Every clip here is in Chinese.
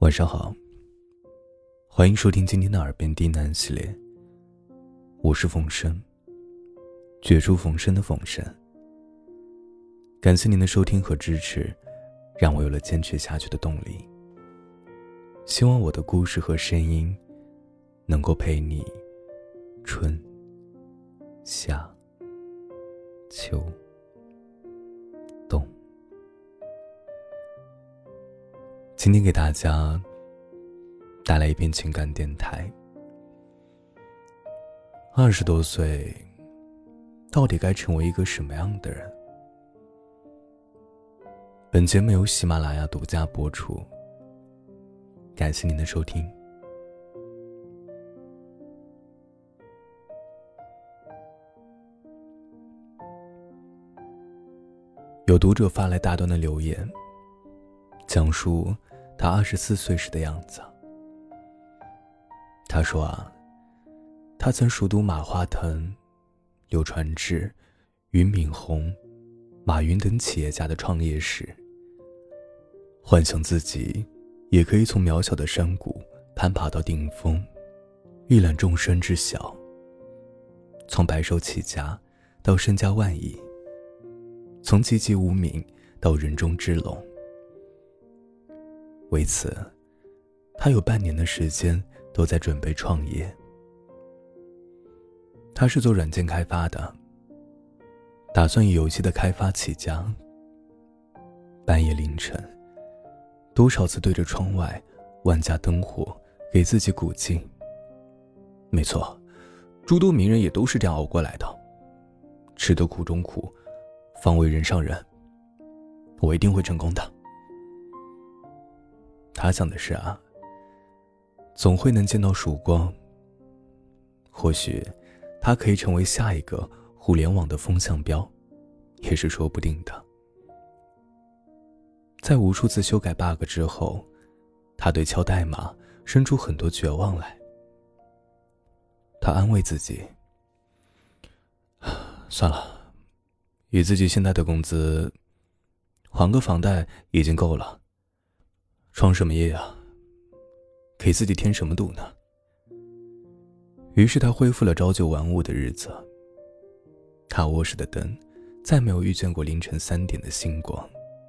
晚上好，欢迎收听今天的耳边低喃系列，我是冯生，绝处逢生的冯生。感谢您的收听和支持，让我有了坚持下去的动力。希望我的故事和声音能够陪你春夏秋冬。今天给大家带来一篇情感电台。20多岁，到底该成为一个什么样的人？本节目由喜马拉雅独家播出，感谢您的收听。有读者发来大段的留言，讲述他24岁时的样子。他说他曾熟读马化腾、刘传志、俞敏洪、马云等企业家的创业史，幻想自己也可以从渺小的山谷攀爬到顶峰，一览众生之小，从白手起家到身家万亿，从籍籍无名到人中之龙。为此，他有半年的时间都在准备创业。他是做软件开发的，打算以游戏的开发起家。半夜凌晨，多少次对着窗外万家灯火给自己鼓劲。没错，诸多名人也都是这样熬过来的，吃得苦中苦，方为人上人。我一定会成功的。他想的是总会能见到曙光。或许他可以成为下一个互联网的风向标，也是说不定的。在无数次修改 bug 之后，他对敲代码生出很多绝望来。他安慰自己，算了，以自己现在的工资，还个房贷已经够了，创什么业给自己添什么堵呢？于是他恢复了朝九晚五的日子。他卧室的灯再没有遇见过凌晨3点的星光。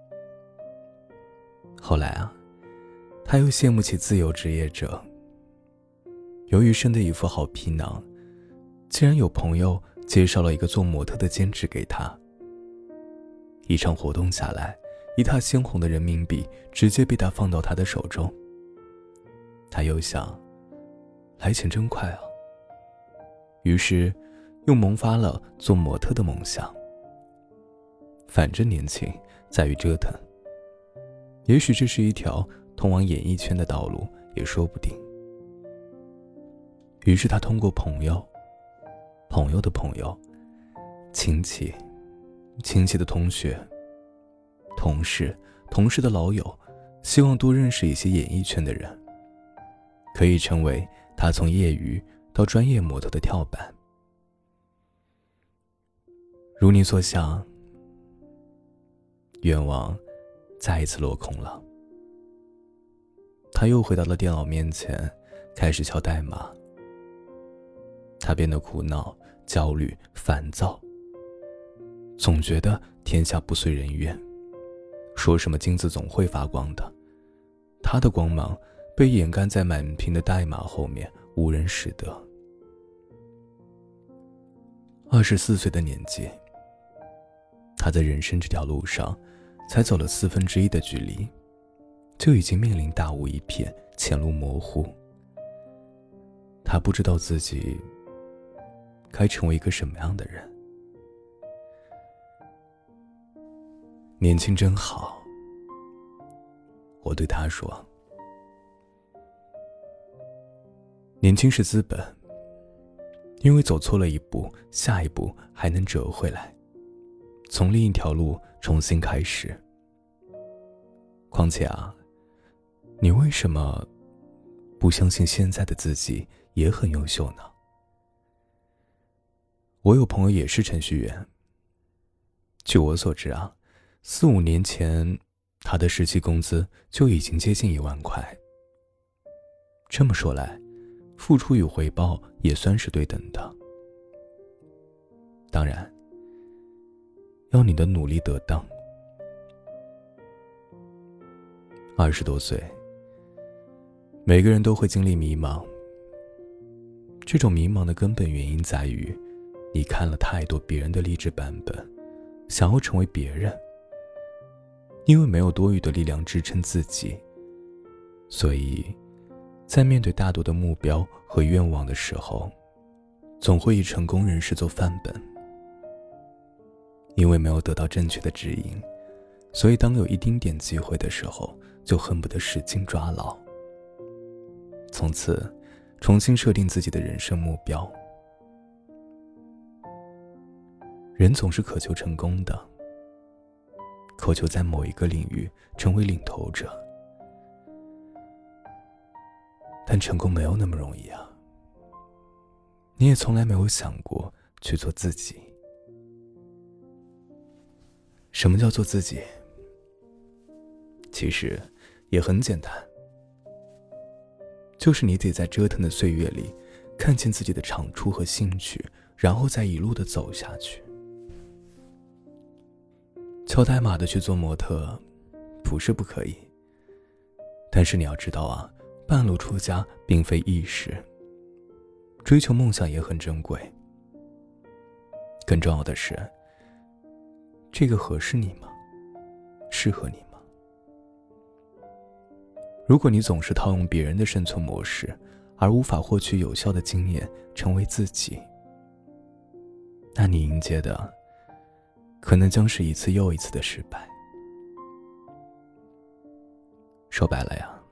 后来他又羡慕起自由职业者。由于生得一副好皮囊，竟然有朋友介绍了一个做模特的兼职给他。一场活动下来，一沓鲜红的人民币直接被他放到他的手中。他又想，来钱真快于是又萌发了做模特的梦想。反正年轻，在于折腾，也许这是一条通往演艺圈的道路，也说不定。于是他通过朋友、朋友的朋友、亲戚、亲戚的同学、同事、同事的老友，希望多认识一些演艺圈的人，可以成为他从业余到专业模特的跳板。如你所想，愿望再一次落空了。他又回到了电脑面前，开始敲代码。他变得苦恼、焦虑、烦躁，总觉得天下不遂人愿。说什么金子总会发光的，他的光芒被掩盖在满屏的代码后面，无人识得。24岁的年纪，他在人生这条路上才走了1/4的距离，就已经面临大雾一片，前路模糊。他不知道自己该成为一个什么样的人。年轻真好，我对他说。年轻是资本，因为走错了一步，下一步还能折回来，从另一条路重新开始。况且你为什么不相信现在的自己也很优秀呢？我有朋友也是程序员，据我所知4-5年前他的实际工资就已经接近1万块， 这么说来，付出与回报也算是对等的。当然，要你的努力得当。20多岁，每个人都会经历迷茫。这种迷茫的根本原因在于，你看了太多别人的励志版本，想要成为别人。因为没有多余的力量支撑自己，所以在面对大多的目标和愿望的时候，总会以成功人士做范本。因为没有得到正确的指引，所以当有一丁点机会的时候，就恨不得使劲抓牢。从此重新设定自己的人生目标。人总是渴求成功的，渴求在某一个领域成为领头者，但成功没有那么容易啊。你也从来没有想过去做自己。什么叫做自己？其实也很简单，就是你得在折腾的岁月里看见自己的长处和兴趣，然后再一路的走下去。敲代码的去做模特不是不可以，但是你要知道啊，半路出家并非易事，追求梦想也很珍贵。更重要的是，这个合适你吗？适合你吗？如果你总是套用别人的生存模式，而无法获取有效的经验，成为自己，那你迎接的可能将是一次又一次的失败。说白了呀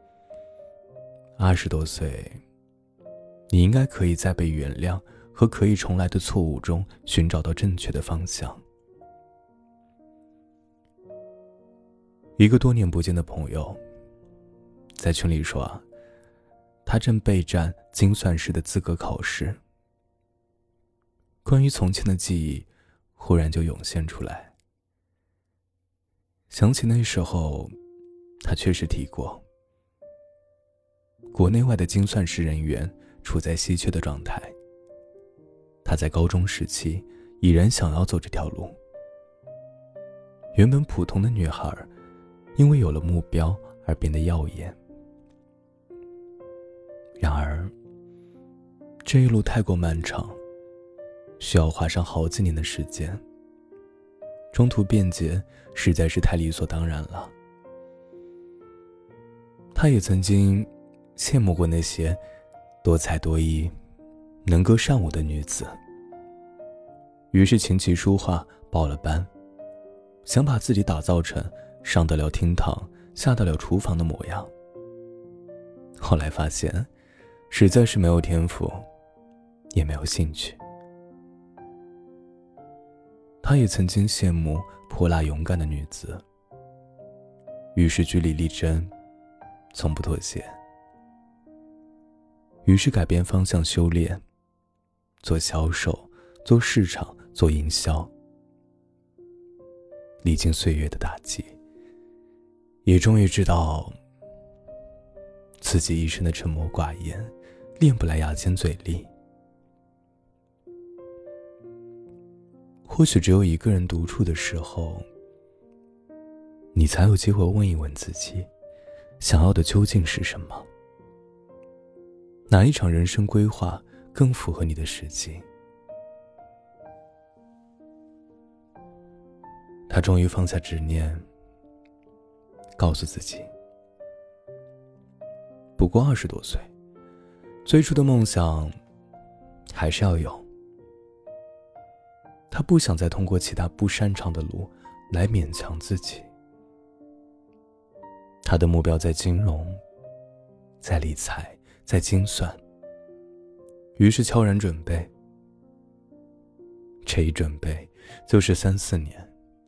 ，20多岁，你应该可以在被原谅和可以重来的错误中寻找到正确的方向。一个多年不见的朋友在群里说啊，他正备战精算师的资格考试。关于从前的记忆忽然就涌现出来，想起那时候他确实提过，国内外的精算师人员处在稀缺的状态。他在高中时期已然想要走这条路。原本普通的女孩，因为有了目标而变得耀眼。然而，这一路太过漫长，需要花上好几年的时间。中途变节实在是太理所当然了。他也曾经羡慕过那些多才多艺、能歌善舞的女子，于是琴棋书画报了班，想把自己打造成上得了厅堂、下得了厨房的模样。后来发现，实在是没有天赋，也没有兴趣。他也曾经羡慕泼辣勇敢的女子，于是据理力争，从不妥协。于是改变方向修炼，做销售，做市场，做营销。历经岁月的打击，也终于知道自己一生的沉默寡言，练不来牙尖嘴利。或许只有一个人独处的时候，你才有机会问一问自己，想要的究竟是什么？哪一场人生规划更符合你的实际？他终于放下执念，告诉自己，不过20多岁，最初的梦想还是要有。他不想再通过其他不擅长的路来勉强自己。他的目标在金融，在理财，在精算。于是悄然准备，这一准备就是3、4年。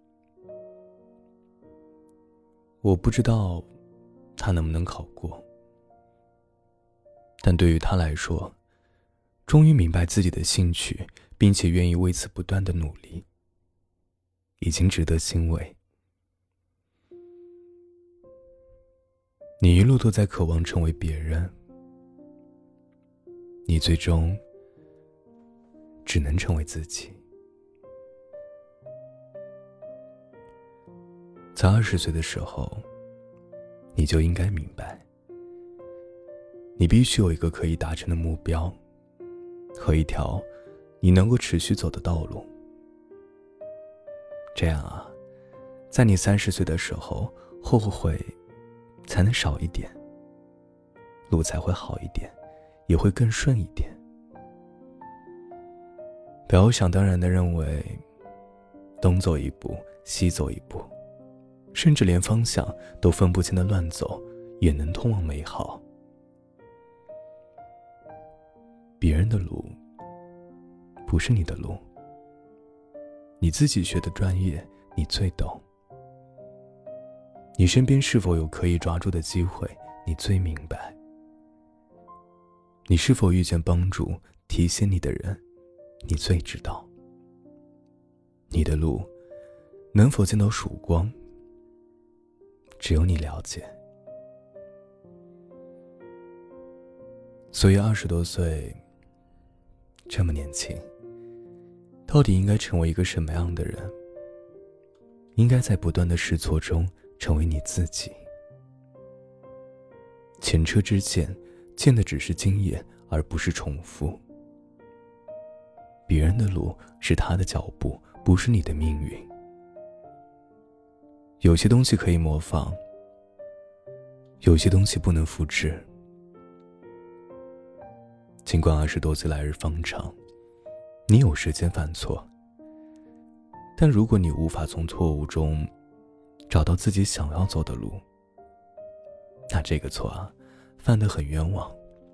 我不知道他能不能考过，但对于他来说，终于明白自己的兴趣，并且愿意为此不断的努力，已经值得欣慰。你一路都在渴望成为别人， 你最终只能成为自己。在20岁的时候，你就应该明白，你必须有一个可以达成的目标和一条你能够持续走的道路。这样啊，在你30岁的时候，后悔才能少一点，路才会好一点，也会更顺一点。不要想当然地认为东走一步西走一步，甚至连方向都分不清的乱走也能通往美好。别人的路不是你的路，你自己学的专业你最懂，你身边是否有可以抓住的机会你最明白，你是否遇见帮助提携你的人你最知道，你的路能否见到曙光只有你了解。所以20多岁这么年轻，到底应该成为一个什么样的人？应该在不断的试错中成为你自己。前车之鉴，见的只是经验，而不是重复。别人的路是他的脚步，不是你的命运。有些东西可以模仿，有些东西不能复制。尽管20多岁来日方长，你有时间犯错，但如果你无法从错误中找到自己想要走的路，那这个错啊，犯得很冤枉。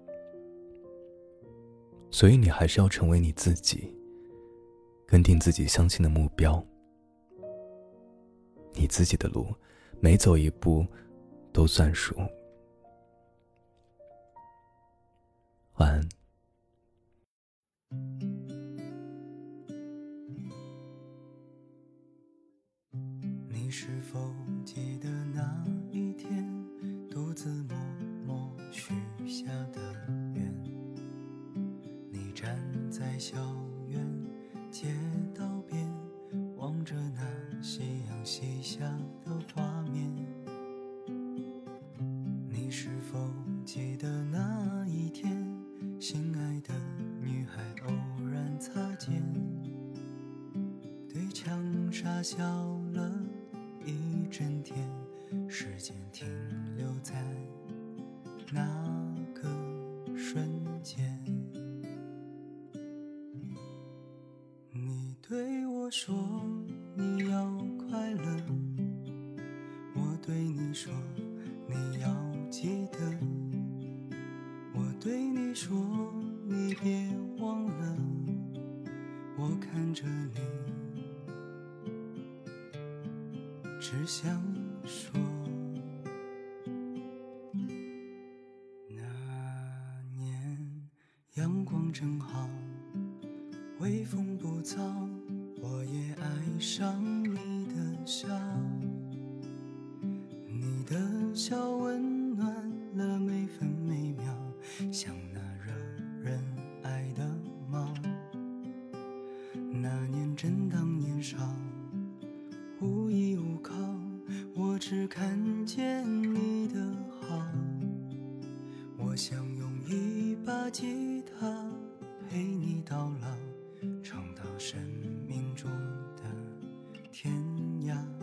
所以你还是要成为你自己，跟定自己相信的目标。你自己的路，每走一步都算数。晚安。 你是否记得那一天，独自默默许下的愿？你站在校园街道边，望着那夕阳西下的画面。你是否记得那一天，心爱的女孩偶然擦肩，对墙傻笑了一整天，时间停留在那个瞬间。你对我说你要快乐，我对你说你要记得，我对你说你别忘了，我看着你只想说，那年阳光正好，微风不燥，我也爱上你的笑，你的笑温暖了每分每秒，像那惹人爱的猫。那年正当年少，无依无靠，我只看见你的好。我想用一把吉他陪你到老，唱到生命中的天涯。